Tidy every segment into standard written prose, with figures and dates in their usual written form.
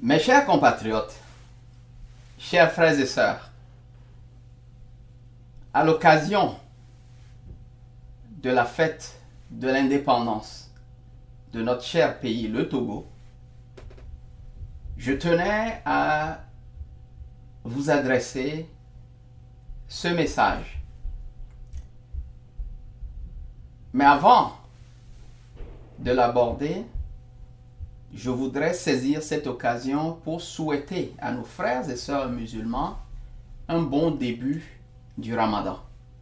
Mes chers compatriotes, chers frères et sœurs, à l'occasion de la fête de l'indépendance de notre cher pays, le Togo, je tenais à vous adresser ce message. Mais avant de l'aborder, je voudrais saisir cette occasion pour souhaiter à nos frères et sœurs musulmans un bon début du Ramadan.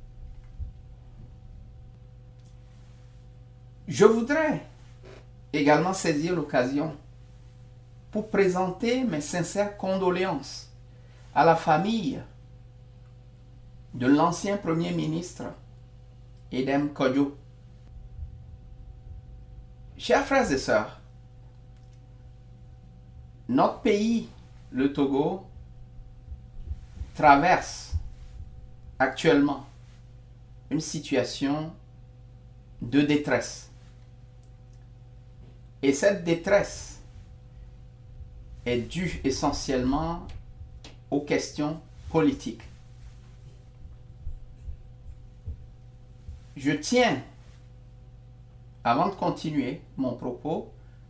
Je voudrais également saisir l'occasion pour présenter mes sincères condoléances à la famille de l'ancien Premier ministre Edem Kodjo. Chers frères et sœurs, notre pays, le Togo, traverse actuellement une situation de détresse. Et cette détresse est due essentiellement aux questions politiques. Je tiens, avant de continuer mon propos,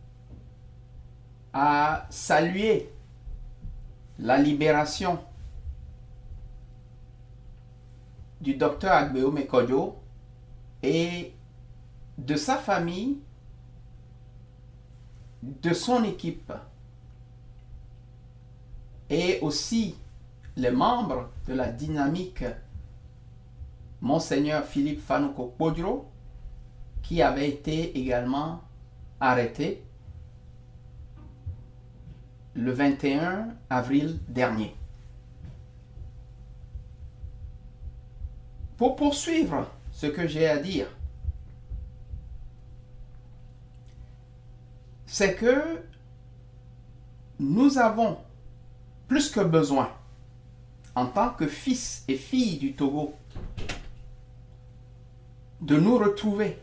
à saluer la libération du docteur Agbeome Kodjo et de sa famille, de son équipe et aussi les membres de la dynamique Monseigneur Philippe Fanouko Podro, qui avait été également arrêté le 21 avril dernier. Pour poursuivre ce que j'ai à dire, c'est que nous avons plus que besoin, en tant que fils et filles du Togo, de nous retrouver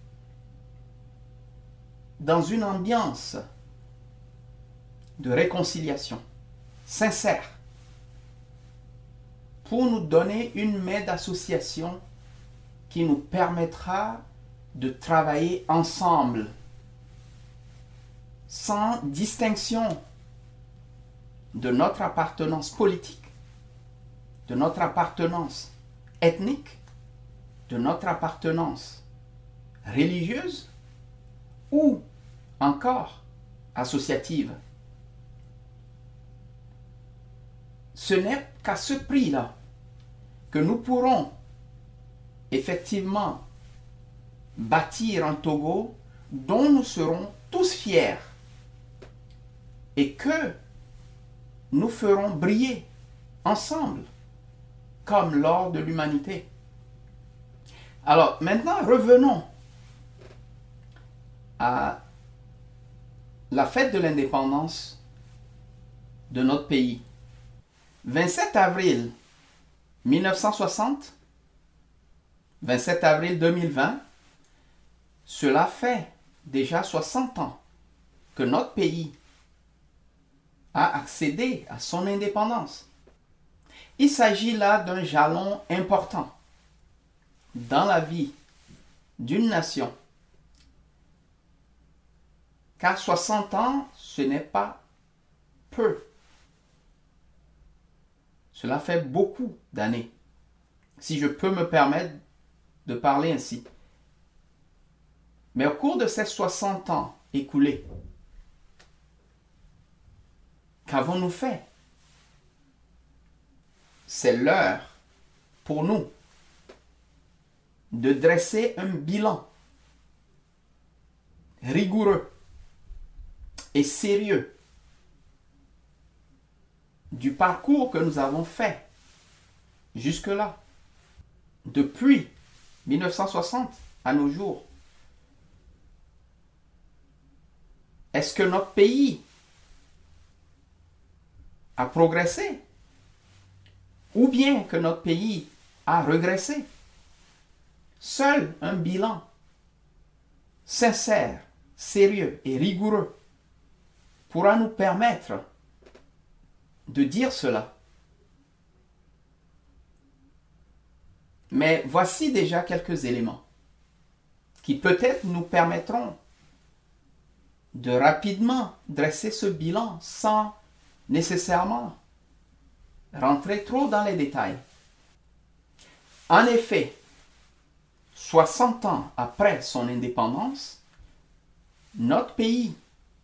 dans une ambiance de réconciliation sincère pour nous donner une main d'association qui nous permettra de travailler ensemble sans distinction de notre appartenance politique, de notre appartenance ethnique, de notre appartenance religieuse ou encore associative. Ce n'est qu'à ce prix-là que nous pourrons effectivement bâtir un Togo dont nous serons tous fiers et que nous ferons briller ensemble comme l'or de l'humanité. Alors maintenant, revenons à la fête de l'indépendance de notre pays. 27 avril 1960, 27 avril 2020, cela fait déjà 60 ans que notre pays a accédé à son indépendance. Il s'agit là d'un jalon important dans la vie d'une nation. Car 60 ans, ce n'est pas peu. Cela fait beaucoup d'années, si je peux me permettre de parler ainsi. Mais au cours de ces 60 ans écoulés, qu'avons-nous fait? C'est l'heure pour nous de dresser un bilan rigoureux et sérieux du parcours que nous avons fait jusque-là, depuis 1960 à nos jours. Est-ce que notre pays a progressé ou bien que notre pays a régressé? Seul un bilan sincère, sérieux et rigoureux pourra nous permettre de dire cela. Mais voici déjà quelques éléments qui peut-être nous permettront de rapidement dresser ce bilan sans nécessairement rentrer trop dans les détails. En effet, 60 ans après son indépendance, notre pays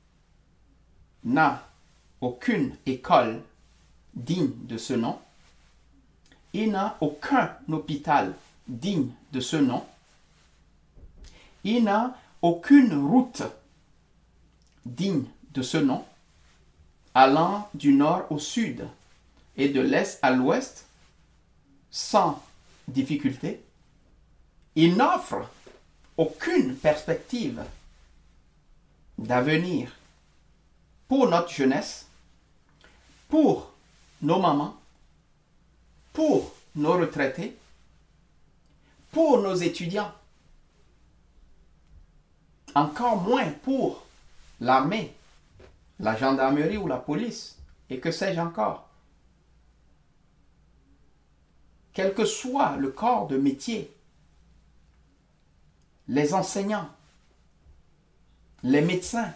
n'a aucune école digne de ce nom. Il n'a aucun hôpital digne de ce nom. Il n'a aucune route digne de ce nom, allant du nord au sud et de l'est à l'ouest sans difficulté. Il n'offre aucune perspective d'avenir pour notre jeunesse, pour nos mamans, pour nos retraités, pour nos étudiants, encore moins pour l'armée, la gendarmerie ou la police, et que sais-je encore. Quel que soit le corps de métier, les enseignants, les médecins.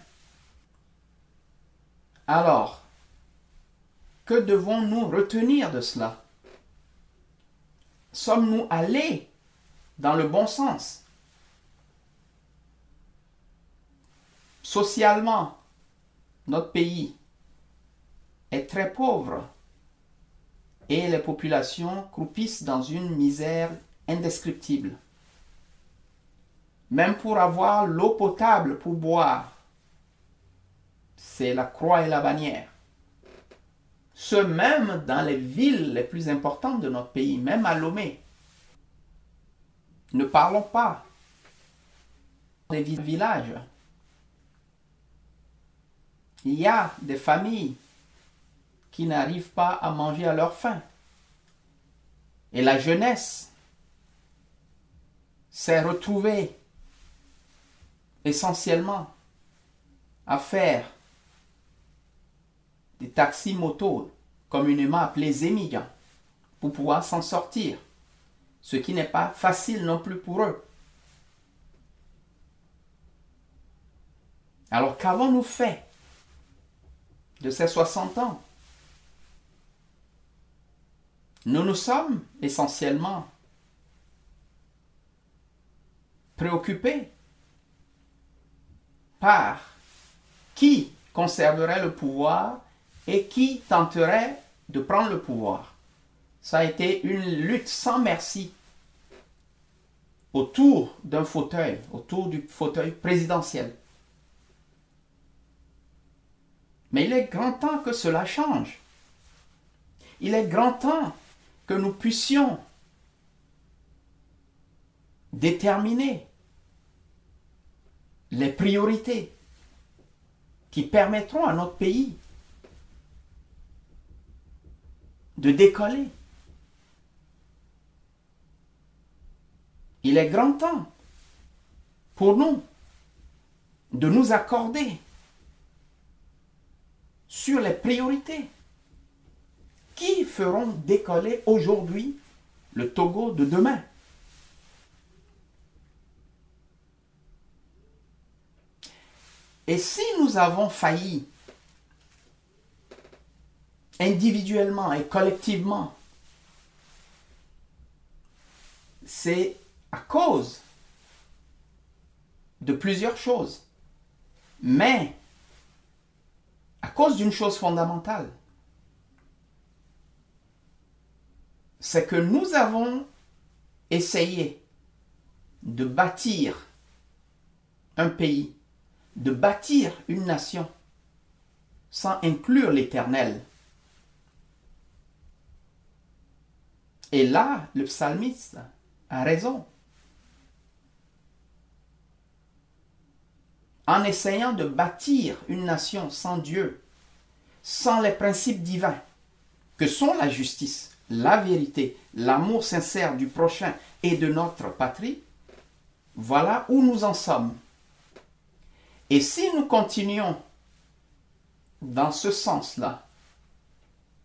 Alors, que devons-nous retenir de cela? Sommes-nous allés dans le bon sens? Socialement, notre pays est très pauvre et les populations croupissent dans une misère indescriptible. Même pour avoir l'eau potable pour boire, c'est la croix et la bannière. Ce même dans les villes les plus importantes de notre pays, même à Lomé. Ne parlons pas des villages. Il y a des familles qui n'arrivent pas à manger à leur faim. Et la jeunesse s'est retrouvée essentiellement à faire des taxis-motos, communément appelés zémigrants, pour pouvoir s'en sortir, ce qui n'est pas facile non plus pour eux. Alors qu'avons-nous fait de ces 60 ans? Nous nous sommes essentiellement préoccupés par qui conserverait le pouvoir et qui tenterait de prendre le pouvoir. Ça a été une lutte sans merci autour d'un fauteuil, autour du fauteuil présidentiel. Mais il est grand temps que cela change. Il est grand temps que nous puissions déterminer les priorités qui permettront à notre pays de décoller. Il est grand temps pour nous de nous accorder sur les priorités qui feront décoller aujourd'hui le Togo de demain. Et si nous avons failli individuellement et collectivement, c'est à cause de plusieurs choses, mais à cause d'une chose fondamentale, c'est que nous avons essayé de bâtir un pays, de bâtir une nation, sans inclure l'Éternel. Et là, le psalmiste a raison. En essayant de bâtir une nation sans Dieu, sans les principes divins, que sont la justice, la vérité, l'amour sincère du prochain et de notre patrie, voilà où nous en sommes. Et si nous continuons dans ce sens-là,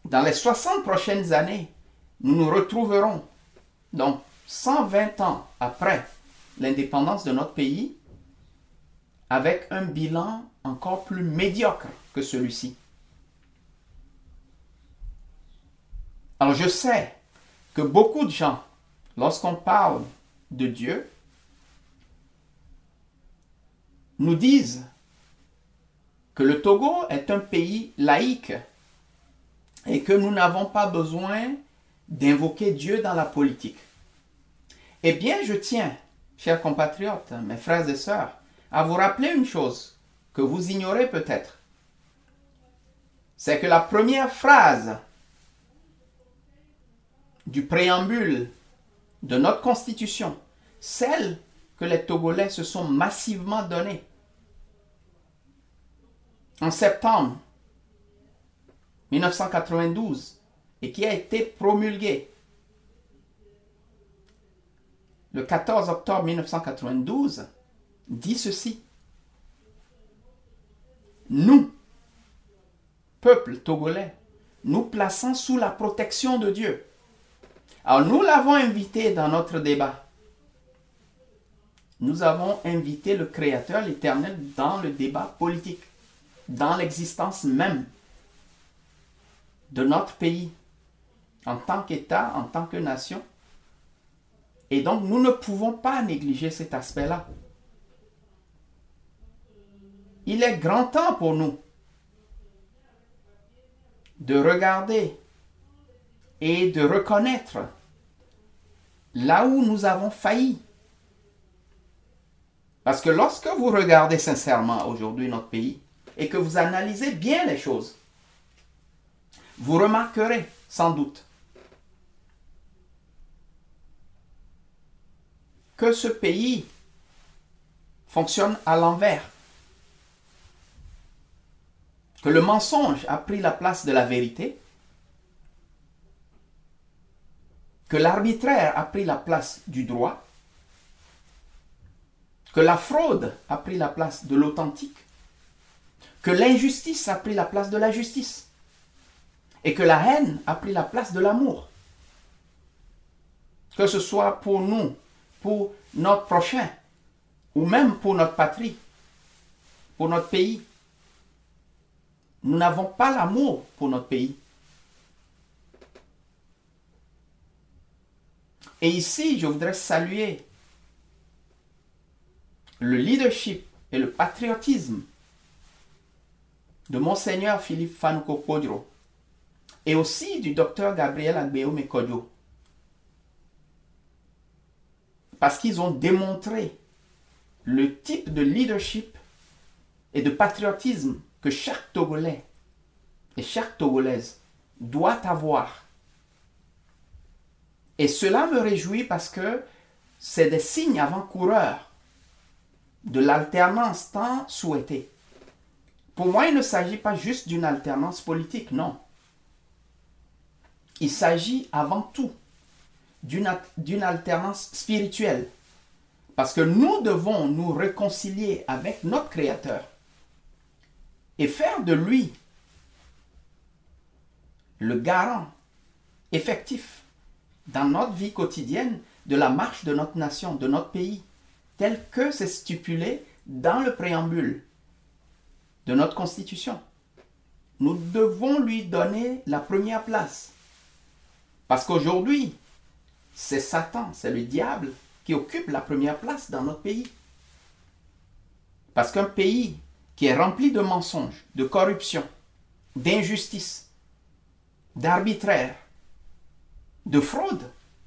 dans les 60 prochaines années, nous nous retrouverons, donc 120 ans après l'indépendance de notre pays, avec un bilan encore plus médiocre que celui-ci. Alors je sais que beaucoup de gens, lorsqu'on parle de Dieu, nous disent que le Togo est un pays laïque et que nous n'avons pas besoin d'invoquer Dieu dans la politique. Eh bien, je tiens, chers compatriotes, mes frères et sœurs, à vous rappeler une chose que vous ignorez peut-être. C'est que la première phrase du préambule de notre Constitution, celle que les Togolais se sont massivement donnée, en septembre 1992, et qui a été promulguée le 14 octobre 1992, dit ceci. Nous, peuple togolais, nous plaçons sous la protection de Dieu. Alors nous l'avons invité dans notre débat. Nous avons invité le Créateur, l'Éternel, dans le débat politique, dans l'existence même de notre pays, en tant qu'État, en tant que nation. Et donc, nous ne pouvons pas négliger cet aspect-là. Il est grand temps pour nous de regarder et de reconnaître là où nous avons failli. Parce que lorsque vous regardez sincèrement aujourd'hui notre pays et que vous analysez bien les choses, vous remarquerez sans doute que ce pays fonctionne à l'envers. Que le mensonge a pris la place de la vérité. Que l'arbitraire a pris la place du droit. Que la fraude a pris la place de l'authentique. Que l'injustice a pris la place de la justice. Et que la haine a pris la place de l'amour. Que ce soit pour nous, pour notre prochain, ou même pour notre patrie, pour notre pays. Nous n'avons pas l'amour pour notre pays. Et ici, je voudrais saluer le leadership et le patriotisme de Monseigneur Philippe Fanuko Kodjo et aussi du docteur Gabriel Agbeome Kodjo. Parce qu'ils ont démontré le type de leadership et de patriotisme que chaque Togolais et chaque Togolaise doit avoir. Et cela me réjouit parce que c'est des signes avant-coureurs de l'alternance tant souhaitée. Pour moi, il ne s'agit pas juste d'une alternance politique, non. Il s'agit avant tout d'une alternance spirituelle. Parce que nous devons nous réconcilier avec notre Créateur et faire de lui le garant effectif dans notre vie quotidienne de la marche de notre nation, de notre pays, tel que c'est stipulé dans le préambule de notre Constitution. Nous devons lui donner la première place. Parce qu'aujourd'hui, c'est Satan, c'est le diable qui occupe la première place dans notre pays. Parce qu'un pays qui est rempli de mensonges, de corruption, d'injustice, d'arbitraire, de fraude,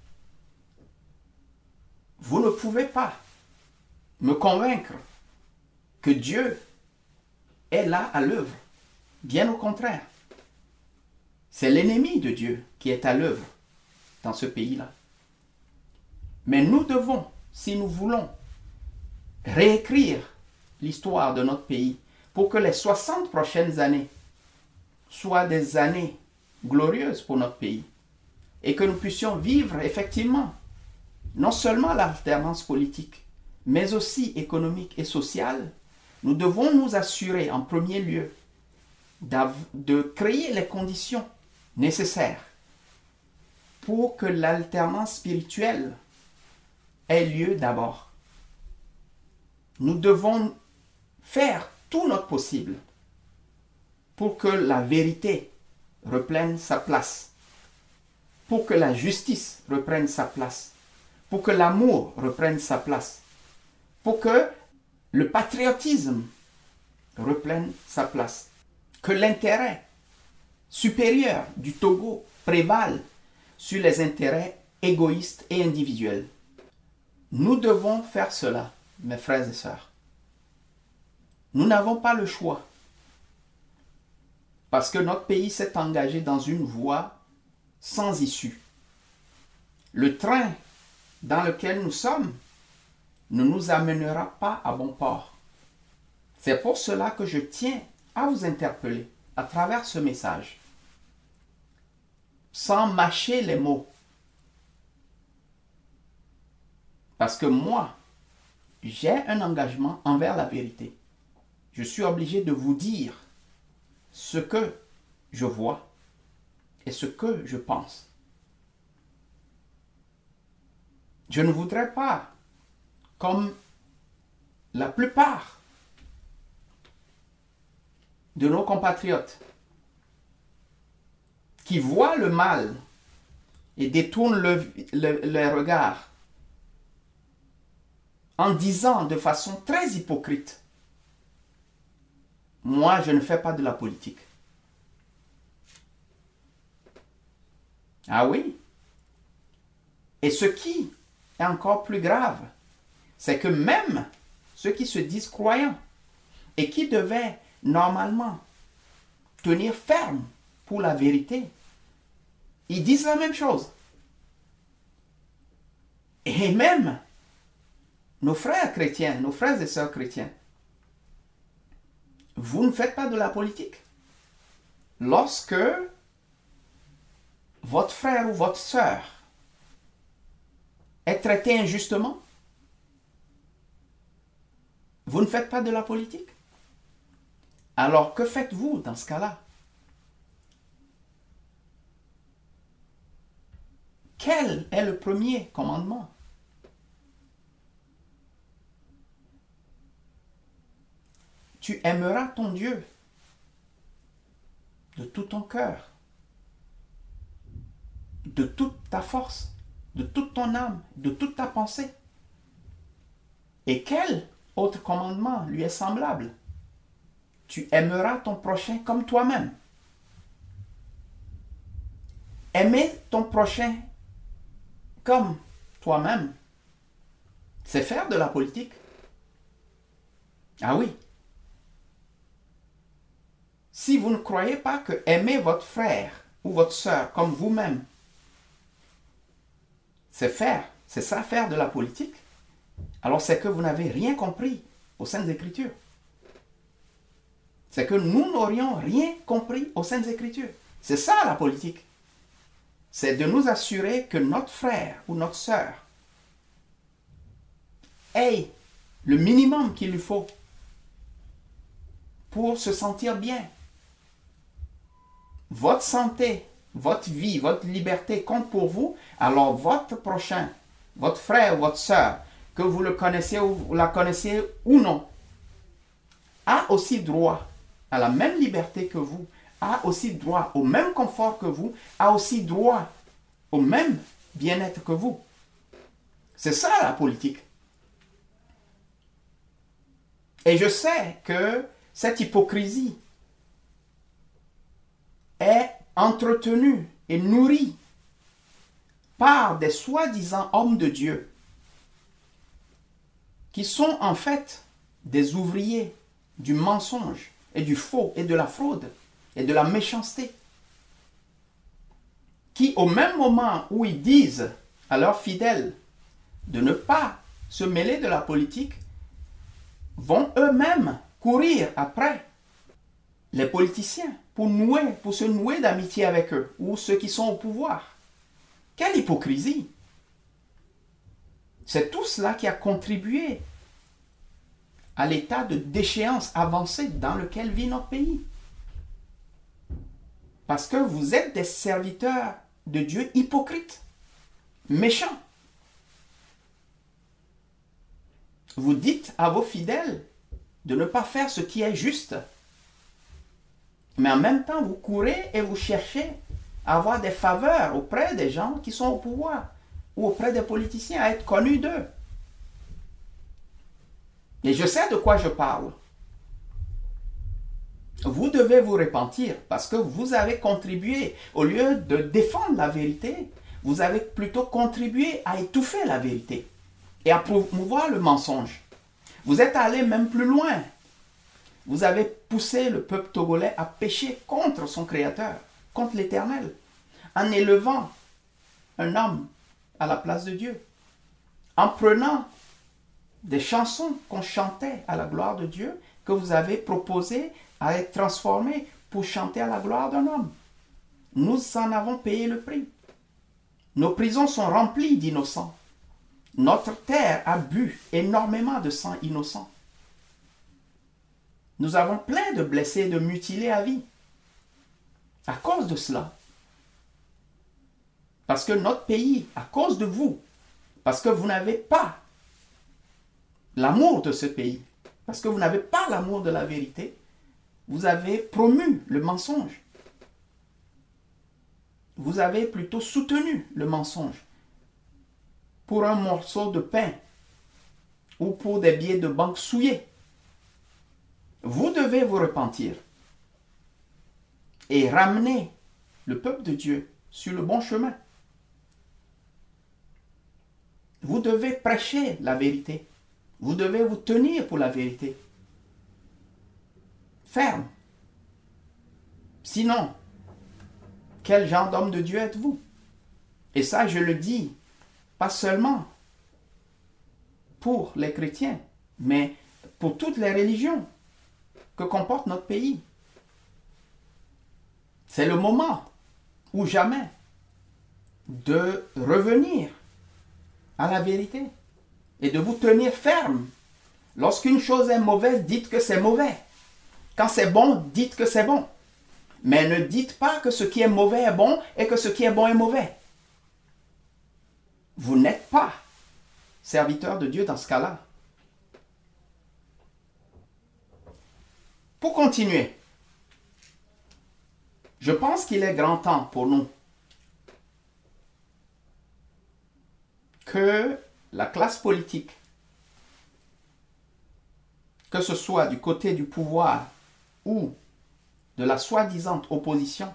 vous ne pouvez pas me convaincre que Dieu est là à l'œuvre. Bien au contraire. C'est l'ennemi de Dieu qui est à l'œuvre dans ce pays-là. Mais nous devons, si nous voulons, réécrire l'histoire de notre pays pour que les 60 prochaines années soient des années glorieuses pour notre pays et que nous puissions vivre effectivement non seulement l'alternance politique, mais aussi économique et sociale. Nous devons nous assurer en premier lieu de créer les conditions nécessaires pour que l'alternance spirituelle ait lieu d'abord. Nous devons faire tout notre possible pour que la vérité reprenne sa place, pour que la justice reprenne sa place, pour que l'amour reprenne sa place, pour que le patriotisme reprenne sa place, que l'intérêt supérieur du Togo prévale sur les intérêts égoïstes et individuels. Nous devons faire cela, mes frères et sœurs. Nous n'avons pas le choix, parce que notre pays s'est engagé dans une voie sans issue. Le train dans lequel nous sommes ne nous amènera pas à bon port. C'est pour cela que je tiens à vous interpeller à travers ce message, sans mâcher les mots. Parce que moi, j'ai un engagement envers la vérité. Je suis obligé de vous dire ce que je vois et ce que je pense. Je ne voudrais pas, comme la plupart de nos compatriotes qui voient le mal et détournent le regard en disant de façon très hypocrite, « Moi, je ne fais pas de la politique. » Ah oui? Et ce qui est encore plus grave, c'est que même ceux qui se disent croyants et qui devaient normalement tenir ferme pour la vérité, ils disent la même chose. Et même nos frères chrétiens, nos frères et sœurs chrétiens, vous ne faites pas de la politique. Lorsque votre frère ou votre sœur est traité injustement, vous ne faites pas de la politique. Alors que faites-vous dans ce cas-là? Quel est le premier commandement? Tu aimeras ton Dieu de tout ton cœur, de toute ta force, de toute ton âme, de toute ta pensée. Et quel autre commandement lui est semblable? Tu aimeras ton prochain comme toi-même. Aimer ton prochain comme toi-même, c'est faire de la politique. Ah oui. Si vous ne croyez pas que aimer votre frère ou votre sœur comme vous-même, c'est ça faire de la politique, alors c'est que vous n'avez rien compris aux Saintes Écritures. C'est que nous n'aurions rien compris aux Saintes Écritures. C'est ça la politique. C'est de nous assurer que notre frère ou notre sœur ait le minimum qu'il lui faut pour se sentir bien. Votre santé, votre vie, votre liberté compte pour vous, alors votre prochain, votre frère ou votre sœur, que vous le connaissez ou vous la connaissez ou non, a aussi droit à la même liberté que vous, a aussi droit au même confort que vous, a aussi droit au même bien-être que vous. C'est ça la politique. Et je sais que cette hypocrisie est entretenue et nourrie par des soi-disant hommes de Dieu qui sont en fait des ouvriers du mensonge et du faux et de la fraude et de la méchanceté, qui au même moment où ils disent à leurs fidèles de ne pas se mêler de la politique, vont eux-mêmes courir après les politiciens pour se nouer d'amitié avec eux ou ceux qui sont au pouvoir. Quelle hypocrisie! C'est tout cela qui a contribué à l'état de déchéance avancée dans lequel vit notre pays. Parce que vous êtes des serviteurs de Dieu hypocrites, méchants. Vous dites à vos fidèles de ne pas faire ce qui est juste. Mais en même temps, vous courez et vous cherchez à avoir des faveurs auprès des gens qui sont au pouvoir ou auprès des politiciens, à être connus d'eux. Et je sais de quoi je parle. Vous devez vous repentir parce que vous avez contribué, au lieu de défendre la vérité, vous avez plutôt contribué à étouffer la vérité et à promouvoir le mensonge. Vous êtes allé même plus loin. Vous avez poussé le peuple togolais à pécher contre son Créateur, contre l'Éternel, en élevant un homme à la place de Dieu, en prenant des chansons qu'on chantait à la gloire de Dieu, que vous avez proposées à être transformées pour chanter à la gloire d'un homme. Nous en avons payé le prix. Nos prisons sont remplies d'innocents. Notre terre a bu énormément de sang innocent. Nous avons plein de blessés, de mutilés à vie. À cause de cela. Parce que notre pays, à cause de vous, parce que vous n'avez pas l'amour de ce pays, parce que vous n'avez pas l'amour de la vérité, vous avez promu le mensonge. Vous avez plutôt soutenu le mensonge pour un morceau de pain ou pour des billets de banque souillés. Vous devez vous repentir et ramener le peuple de Dieu sur le bon chemin. Vous devez prêcher la vérité. Vous devez vous tenir pour la vérité. Ferme. Sinon, quel genre d'homme de Dieu êtes-vous? Et ça, je le dis, pas seulement pour les chrétiens, mais pour toutes les religions que comporte notre pays. C'est le moment ou jamais de revenir à la vérité et de vous tenir ferme. Lorsqu'une chose est mauvaise, dites que c'est mauvais. Quand c'est bon, dites que c'est bon. Mais ne dites pas que ce qui est mauvais est bon et que ce qui est bon est mauvais. Vous n'êtes pas serviteur de Dieu dans ce cas-là. Pour continuer, je pense qu'il est grand temps pour nous que la classe politique, que ce soit du côté du pouvoir ou de la soi-disant opposition,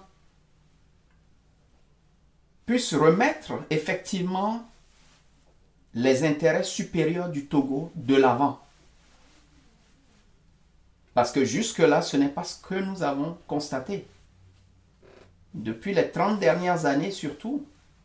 puisse remettre effectivement les intérêts supérieurs du Togo de l'avant. Parce que jusque-là, ce n'est pas ce que nous avons constaté. Depuis les 30 dernières années surtout,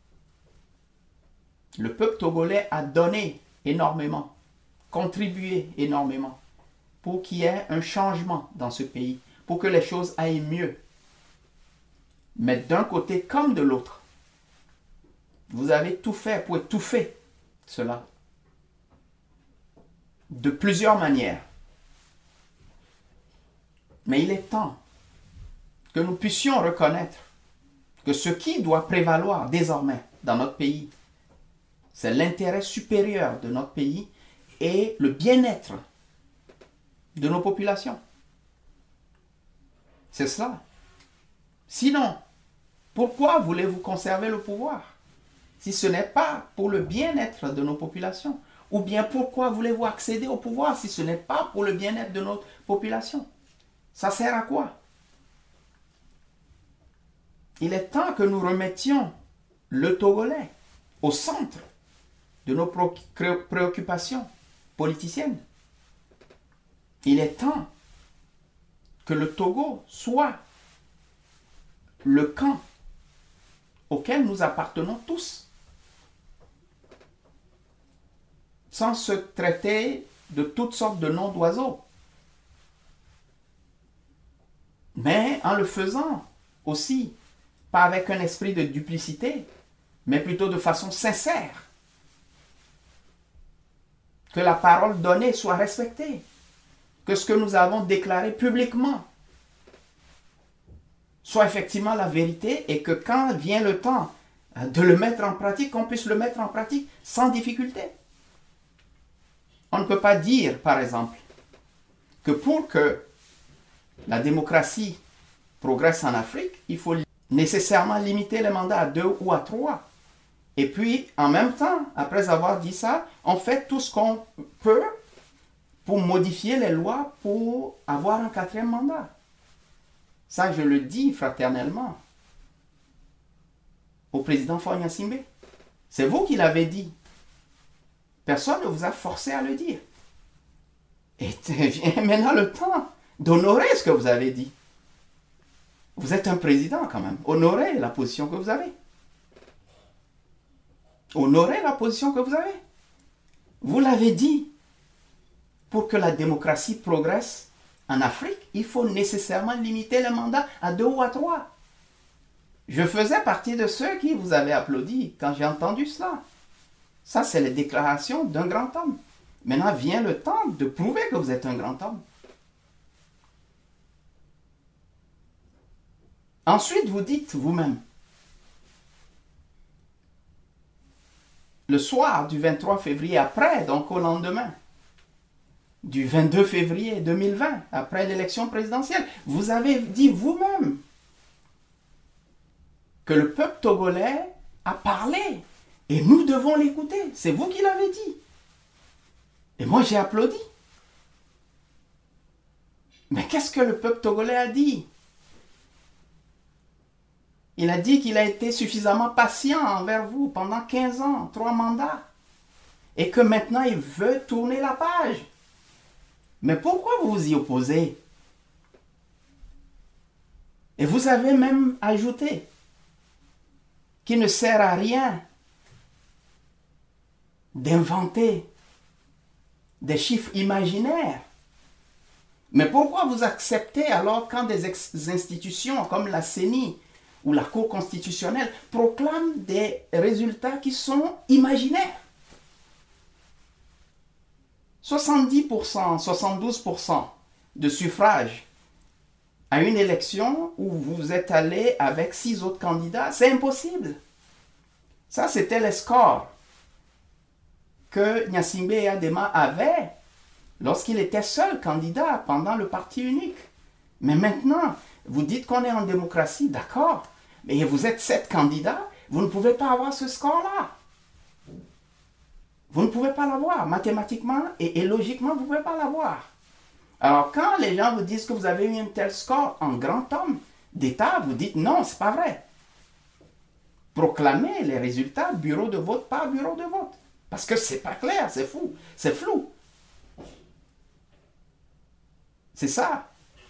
le peuple togolais a donné énormément, contribué énormément pour qu'il y ait un changement dans ce pays, pour que les choses aillent mieux. Mais d'un côté comme de l'autre, vous avez tout fait pour étouffer cela. De plusieurs manières. Mais il est temps que nous puissions reconnaître que ce qui doit prévaloir désormais dans notre pays, c'est l'intérêt supérieur de notre pays et le bien-être de nos populations. C'est cela. Sinon, pourquoi voulez-vous conserver le pouvoir si ce n'est pas pour le bien-être de nos populations? Ou bien pourquoi voulez-vous accéder au pouvoir si ce n'est pas pour le bien-être de notre population? Ça sert à quoi? Il est temps que nous remettions le Togolais au centre de nos préoccupations politiciennes. Il est temps que le Togo soit le camp auquel nous appartenons tous, sans se traiter de toutes sortes de noms d'oiseaux, mais en le faisant aussi, pas avec un esprit de duplicité, mais plutôt de façon sincère. Que la parole donnée soit respectée, que ce que nous avons déclaré publiquement soit effectivement la vérité et que quand vient le temps de le mettre en pratique, qu'on puisse le mettre en pratique sans difficulté. On ne peut pas dire, par exemple, que pour que la démocratie progresse en Afrique, il faut nécessairement limiter les mandats à 2 ou à 3. Et puis, en même temps, après avoir dit ça, on fait tout ce qu'on peut pour modifier les lois pour avoir un 4e mandat. Ça, je le dis fraternellement au président Faure Gnassingbé. C'est vous qui l'avez dit. Personne ne vous a forcé à le dire. Et vient maintenant le temps d'honorer ce que vous avez dit. Vous êtes un président quand même. Honorez la position que vous avez. Honorez la position que vous avez. Vous l'avez dit. Pour que la démocratie progresse en Afrique, il faut nécessairement limiter les mandats à 2 ou à 3. Je faisais partie de ceux qui vous avaient applaudi quand j'ai entendu cela. Ça, c'est les déclarations d'un grand homme. Maintenant vient le temps de prouver que vous êtes un grand homme. Ensuite, vous dites vous-même, le soir du 23 février après, donc au lendemain, du 22 février 2020, après l'élection présidentielle, vous avez dit vous-même que le peuple togolais a parlé et nous devons l'écouter. C'est vous qui l'avez dit. Et moi, j'ai applaudi. Mais qu'est-ce que le peuple togolais a dit? Il a dit qu'il a été suffisamment patient envers vous pendant 15 ans, 3 mandats. Et que maintenant, il veut tourner la page. Mais pourquoi vous vous y opposez? Et vous avez même ajouté qu'il ne sert à rien d'inventer des chiffres imaginaires. Mais pourquoi vous acceptez alors quand des institutions comme la CENI ou la Cour constitutionnelle proclament des résultats qui sont imaginaires? 70%, 72% de suffrage à une élection où vous êtes allé avec 6 autres candidats, c'est impossible. Ça, c'était les scores que Gnassingbé et Adema avaient lorsqu'il était seul candidat pendant le parti unique. Mais maintenant, vous dites qu'on est en démocratie, d'accord, mais vous êtes 7 candidats, vous ne pouvez pas avoir ce score-là. Vous ne pouvez pas l'avoir. Mathématiquement et logiquement, vous ne pouvez pas l'avoir. Alors, quand les gens vous disent que vous avez eu un tel score en grand homme d'État, vous dites non, c'est pas vrai. Proclamez les résultats bureau de vote par bureau de vote. Parce que c'est pas clair, c'est fou, c'est flou. C'est ça.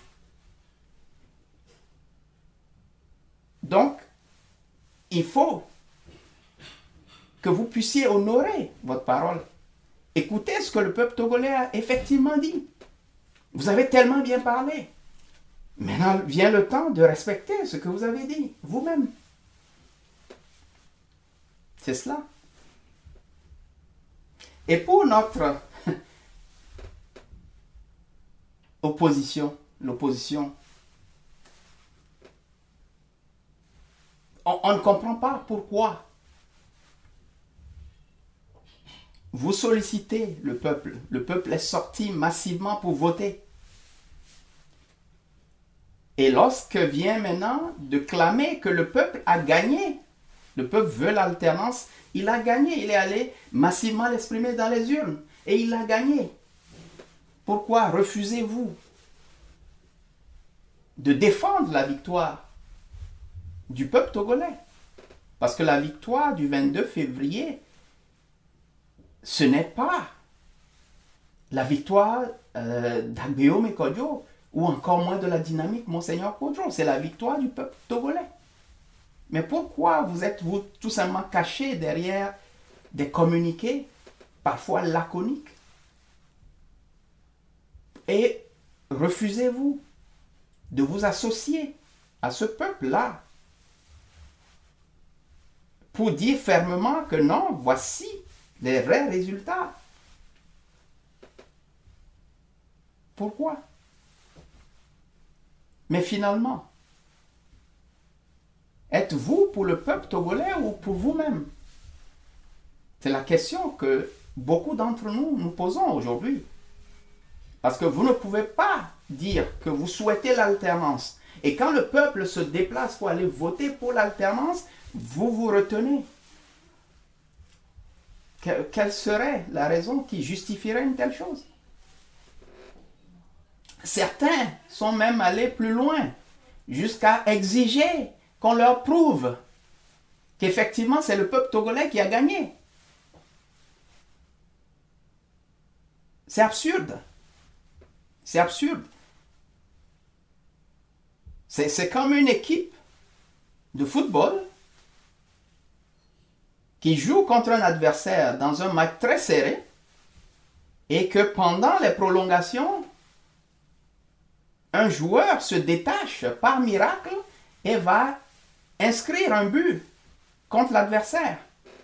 Donc, il faut que vous puissiez honorer votre parole. Écoutez ce que le peuple togolais a effectivement dit. Vous avez tellement bien parlé. Maintenant vient le temps de respecter ce que vous avez dit, vous-même. C'est cela. Et pour notre l'opposition, on ne comprend pas pourquoi vous sollicitez le peuple. Le peuple est sorti massivement pour voter. Et lorsque vient maintenant de clamer que le peuple a gagné, le peuple veut l'alternance, il a gagné, il est allé massivement l'exprimer dans les urnes et il a gagné. Pourquoi refusez-vous de défendre la victoire du peuple togolais? Parce que la victoire du 22 février, ce n'est pas la victoire d'Agbeo Mekodjo ou encore moins de la dynamique Monseigneur Kodjo, c'est la victoire du peuple togolais. Mais pourquoi vous êtes-vous tout simplement caché derrière des communiqués, parfois laconiques? Et refusez-vous de vous associer à ce peuple-là pour dire fermement que non, voici les vrais résultats. Pourquoi? Mais finalement, Êtes-vous pour le peuple togolais ou pour vous-même? C'est la question que beaucoup d'entre nous nous posons aujourd'hui. Parce que vous ne pouvez pas dire que vous souhaitez l'alternance. Et quand le peuple se déplace pour aller voter pour l'alternance, vous vous retenez. Quelle serait la raison qui justifierait une telle chose? Certains sont même allés plus loin, jusqu'à exiger qu'on leur prouve qu'effectivement c'est le peuple togolais qui a gagné. C'est absurde. C'est absurde. C'est comme une équipe de football qui joue contre un adversaire dans un match très serré et que pendant les prolongations, un joueur se détache par miracle et va inscrire un but contre l'adversaire.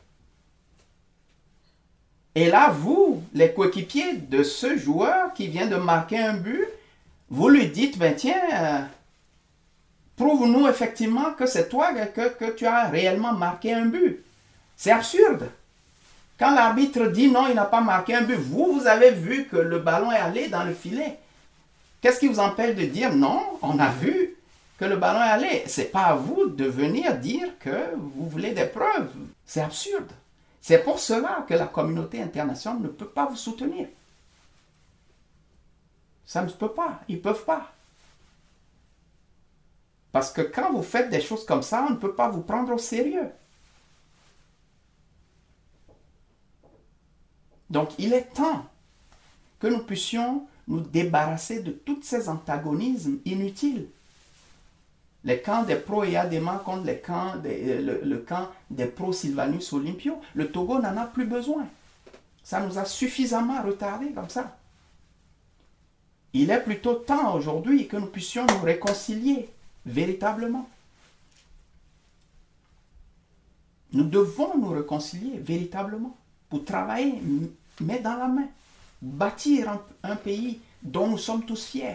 Et là, vous, les coéquipiers de ce joueur qui vient de marquer un but, vous lui dites, ben tiens, prouve-nous effectivement que c'est toi que tu as réellement marqué un but. C'est absurde. Quand l'arbitre dit non, il n'a pas marqué un but, vous avez vu que le ballon est allé dans le filet. Qu'est-ce qui vous empêche de dire non, on a vu que le ballon est allé? Ce n'est pas à vous de venir dire que vous voulez des preuves. C'est absurde. C'est pour cela que la communauté internationale ne peut pas vous soutenir. Ça ne peut pas. Ils ne peuvent pas. Parce que quand vous faites des choses comme ça, on ne peut pas vous prendre au sérieux. Donc, il est temps que nous puissions nous débarrasser de tous ces antagonismes inutiles. Les camps des pro-Eyadema contre le camp des pro-Sylvanus Olympio. Le Togo n'en a plus besoin. Ça nous a suffisamment retardés comme ça. Il est plutôt temps aujourd'hui que nous puissions nous réconcilier véritablement. Nous devons nous réconcilier véritablement pour travailler main dans la main, bâtir un pays dont nous sommes tous fiers,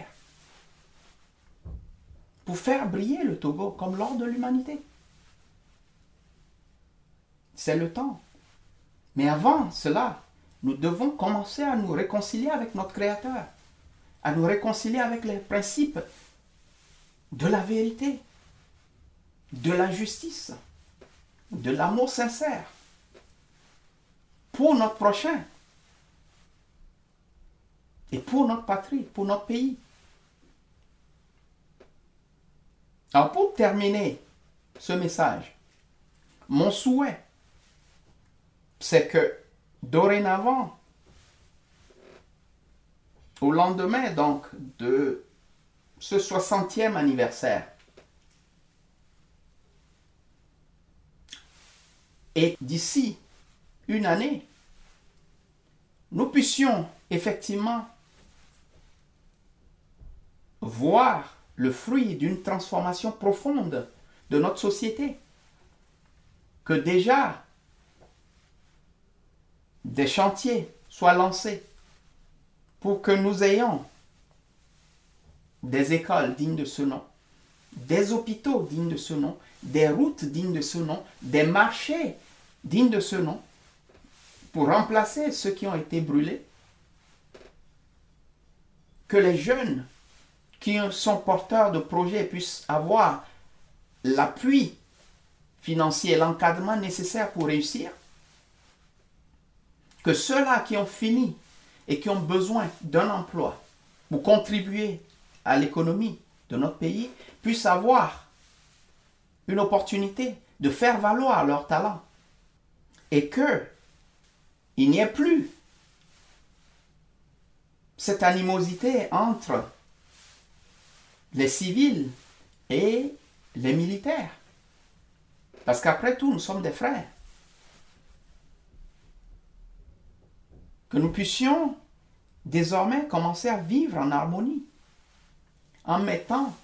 pour faire briller le Togo comme l'or de l'humanité. C'est le temps. Mais avant cela, nous devons commencer à nous réconcilier avec notre Créateur, à nous réconcilier avec les principes de la vérité, de la justice, de l'amour sincère, pour notre prochain et pour notre patrie, pour notre pays. Alors pour terminer ce message, mon souhait, c'est que dorénavant, au lendemain donc de ce 60e anniversaire, et d'ici une année, nous puissions effectivement voir le fruit d'une transformation profonde de notre société. Que déjà des chantiers soient lancés pour que nous ayons des écoles dignes de ce nom, des hôpitaux dignes de ce nom, des routes dignes de ce nom, des marchés dignes de ce nom, pour remplacer ceux qui ont été brûlés. Que les jeunes qui sont porteurs de projets puissent avoir l'appui financier, l'encadrement nécessaire pour réussir. Que ceux-là qui ont fini et qui ont besoin d'un emploi pour contribuer à l'économie de notre pays puissent avoir une opportunité de faire valoir leur talent. Et qu'il n'y ait plus cette animosité entre les civils et les militaires. Parce qu'après tout, nous sommes des frères. Que nous puissions désormais commencer à vivre en harmonie, en mettant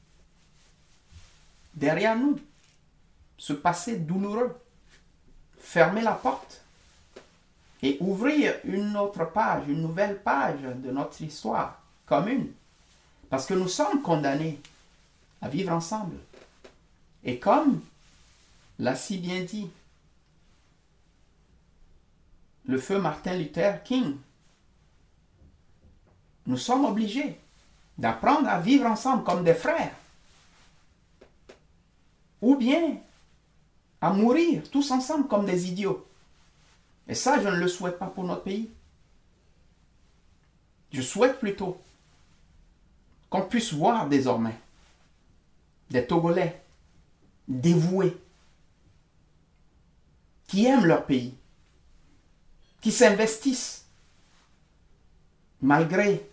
derrière nous ce passé douloureux, fermer la porte et ouvrir une autre page, une nouvelle page de notre histoire commune. Parce que nous sommes condamnés à vivre ensemble. Et comme l'a si bien dit. Le feu Martin Luther King. Nous sommes obligés d'apprendre à vivre ensemble comme des frères. Ou bien à mourir tous ensemble comme des idiots. Et ça, je ne le souhaite pas pour notre pays. Je souhaite plutôt qu'on puisse voir désormais des Togolais dévoués, qui aiment leur pays, qui s'investissent malgré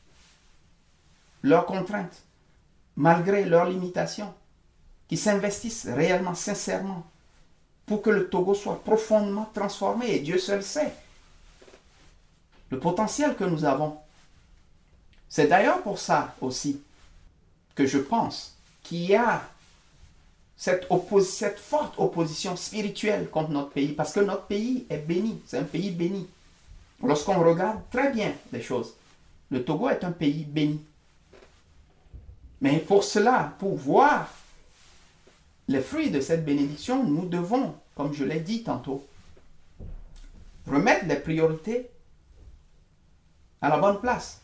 leurs contraintes, malgré leurs limitations, qui s'investissent réellement, sincèrement, pour que le Togo soit profondément transformé. Et Dieu seul sait le potentiel que nous avons. C'est d'ailleurs pour ça aussi que je pense qu'il y a cette forte opposition spirituelle contre notre pays, parce que notre pays est béni, c'est un pays béni. Lorsqu'on regarde très bien les choses, le Togo est un pays béni. Mais pour cela, pour voir les fruits de cette bénédiction, nous devons, comme je l'ai dit tantôt, remettre les priorités à la bonne place.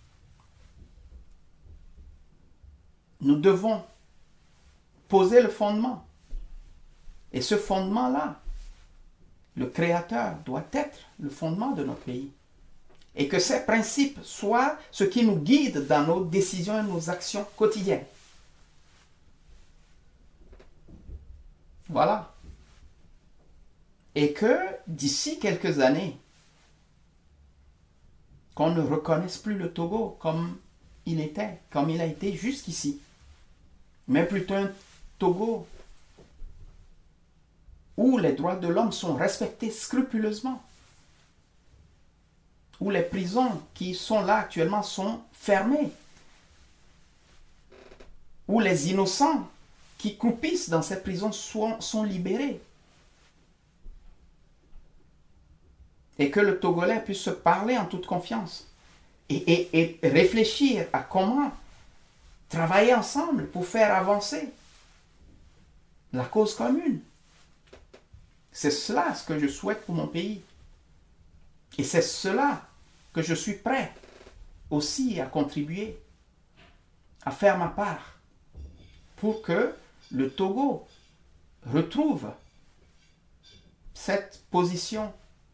Nous devons poser le fondement. Et ce fondement-là, le Créateur doit être le fondement de notre pays. Et que ces principes soient ce qui nous guide dans nos décisions et nos actions quotidiennes. Voilà. Et que d'ici quelques années, qu'on ne reconnaisse plus le Togo comme il a été jusqu'ici, mais plutôt un Togo où les droits de l'homme sont respectés scrupuleusement, où les prisons qui sont là actuellement sont fermées, où les innocents qui croupissent dans ces prisons sont libérés, et que le Togolais puisse se parler en toute confiance et réfléchir à comment travailler ensemble pour faire avancer la cause commune. C'est cela ce que je souhaite pour mon pays. Et c'est cela que je suis prêt aussi à contribuer, à faire ma part, pour que le Togo retrouve cette position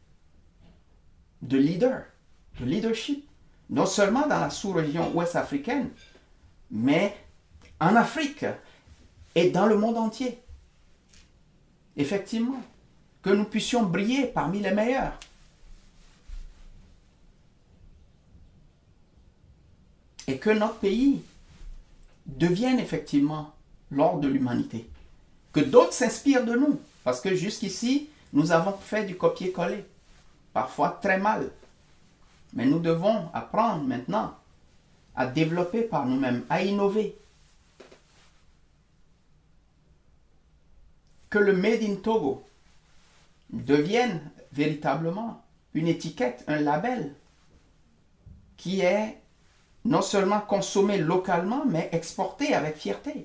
de leadership, non seulement dans la sous-région ouest africaine, mais en Afrique et dans le monde entier. Effectivement, que nous puissions briller parmi les meilleurs. Et que notre pays devienne effectivement l'or de l'humanité. Que d'autres s'inspirent de nous, parce que jusqu'ici, nous avons fait du copier-coller, parfois très mal. Mais nous devons apprendre maintenant à développer par nous-mêmes, à innover. Que le Made in Togo devienne véritablement une étiquette, un label qui est non seulement consommé localement, mais exporté avec fierté.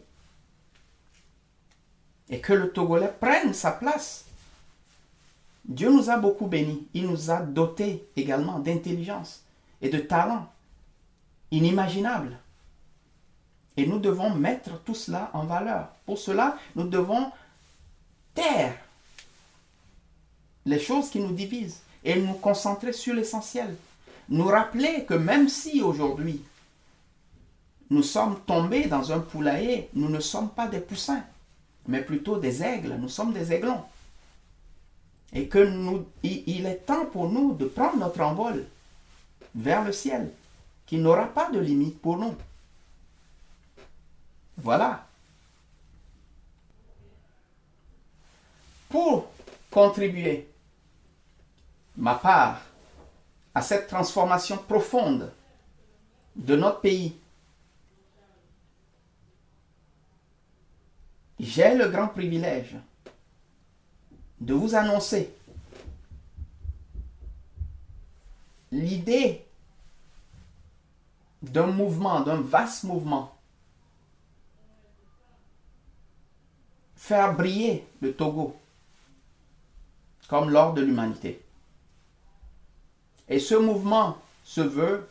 Et que le Togolais prenne sa place. Dieu nous a beaucoup bénis. Il nous a dotés également d'intelligence et de talent inimaginables. Et nous devons mettre tout cela en valeur. Pour cela, nous devons taire les choses qui nous divisent et nous concentrer sur l'essentiel. Nous rappeler que même si aujourd'hui nous sommes tombés dans un poulailler, nous ne sommes pas des poussins, mais plutôt des aigles. Nous sommes des aiglons. Et que il est temps pour nous de prendre notre envol vers le ciel, qui n'aura pas de limite pour nous. Voilà. Pour contribuer ma part à cette transformation profonde de notre pays, j'ai le grand privilège de vous annoncer l'idée d'un mouvement, d'un vaste mouvement faire briller le Togo comme l'or de l'humanité. Et ce mouvement se veut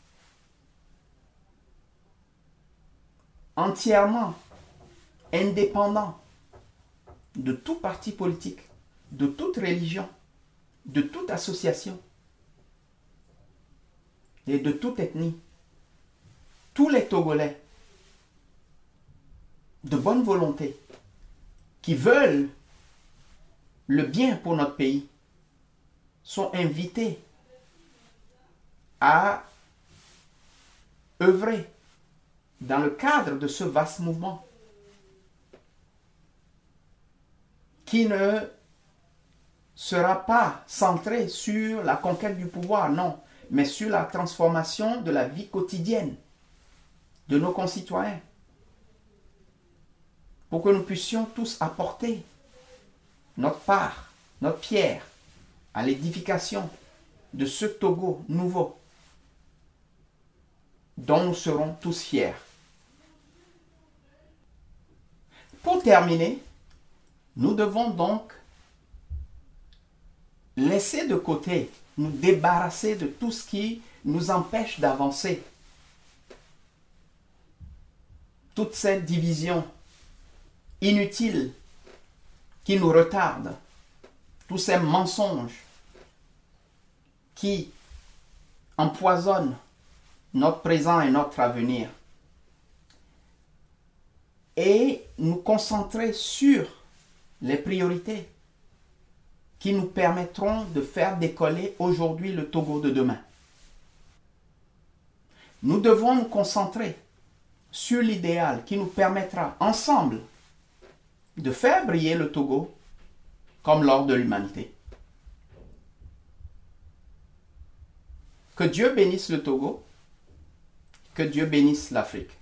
entièrement indépendant de tout parti politique, de toute religion, de toute association et de toute ethnie. Tous les Togolais de bonne volonté qui veulent le bien pour notre pays sont invités à œuvrer dans le cadre de ce vaste mouvement qui ne sera pas centré sur la conquête du pouvoir, non, mais sur la transformation de la vie quotidienne de nos concitoyens, pour que nous puissions tous apporter notre part, notre pierre à l'édification de ce Togo nouveau dont nous serons tous fiers. Pour terminer, nous devons donc laisser de côté, nous débarrasser de tout ce qui nous empêche d'avancer. Toute cette division inutile qui nous retarde, tous ces mensonges qui empoisonnent notre présent et notre avenir. Et nous concentrer sur les priorités qui nous permettront de faire décoller aujourd'hui le Togo de demain. Nous devons nous concentrer sur l'idéal qui nous permettra ensemble de faire briller le Togo comme l'or de l'humanité. Que Dieu bénisse le Togo, que Dieu bénisse l'Afrique.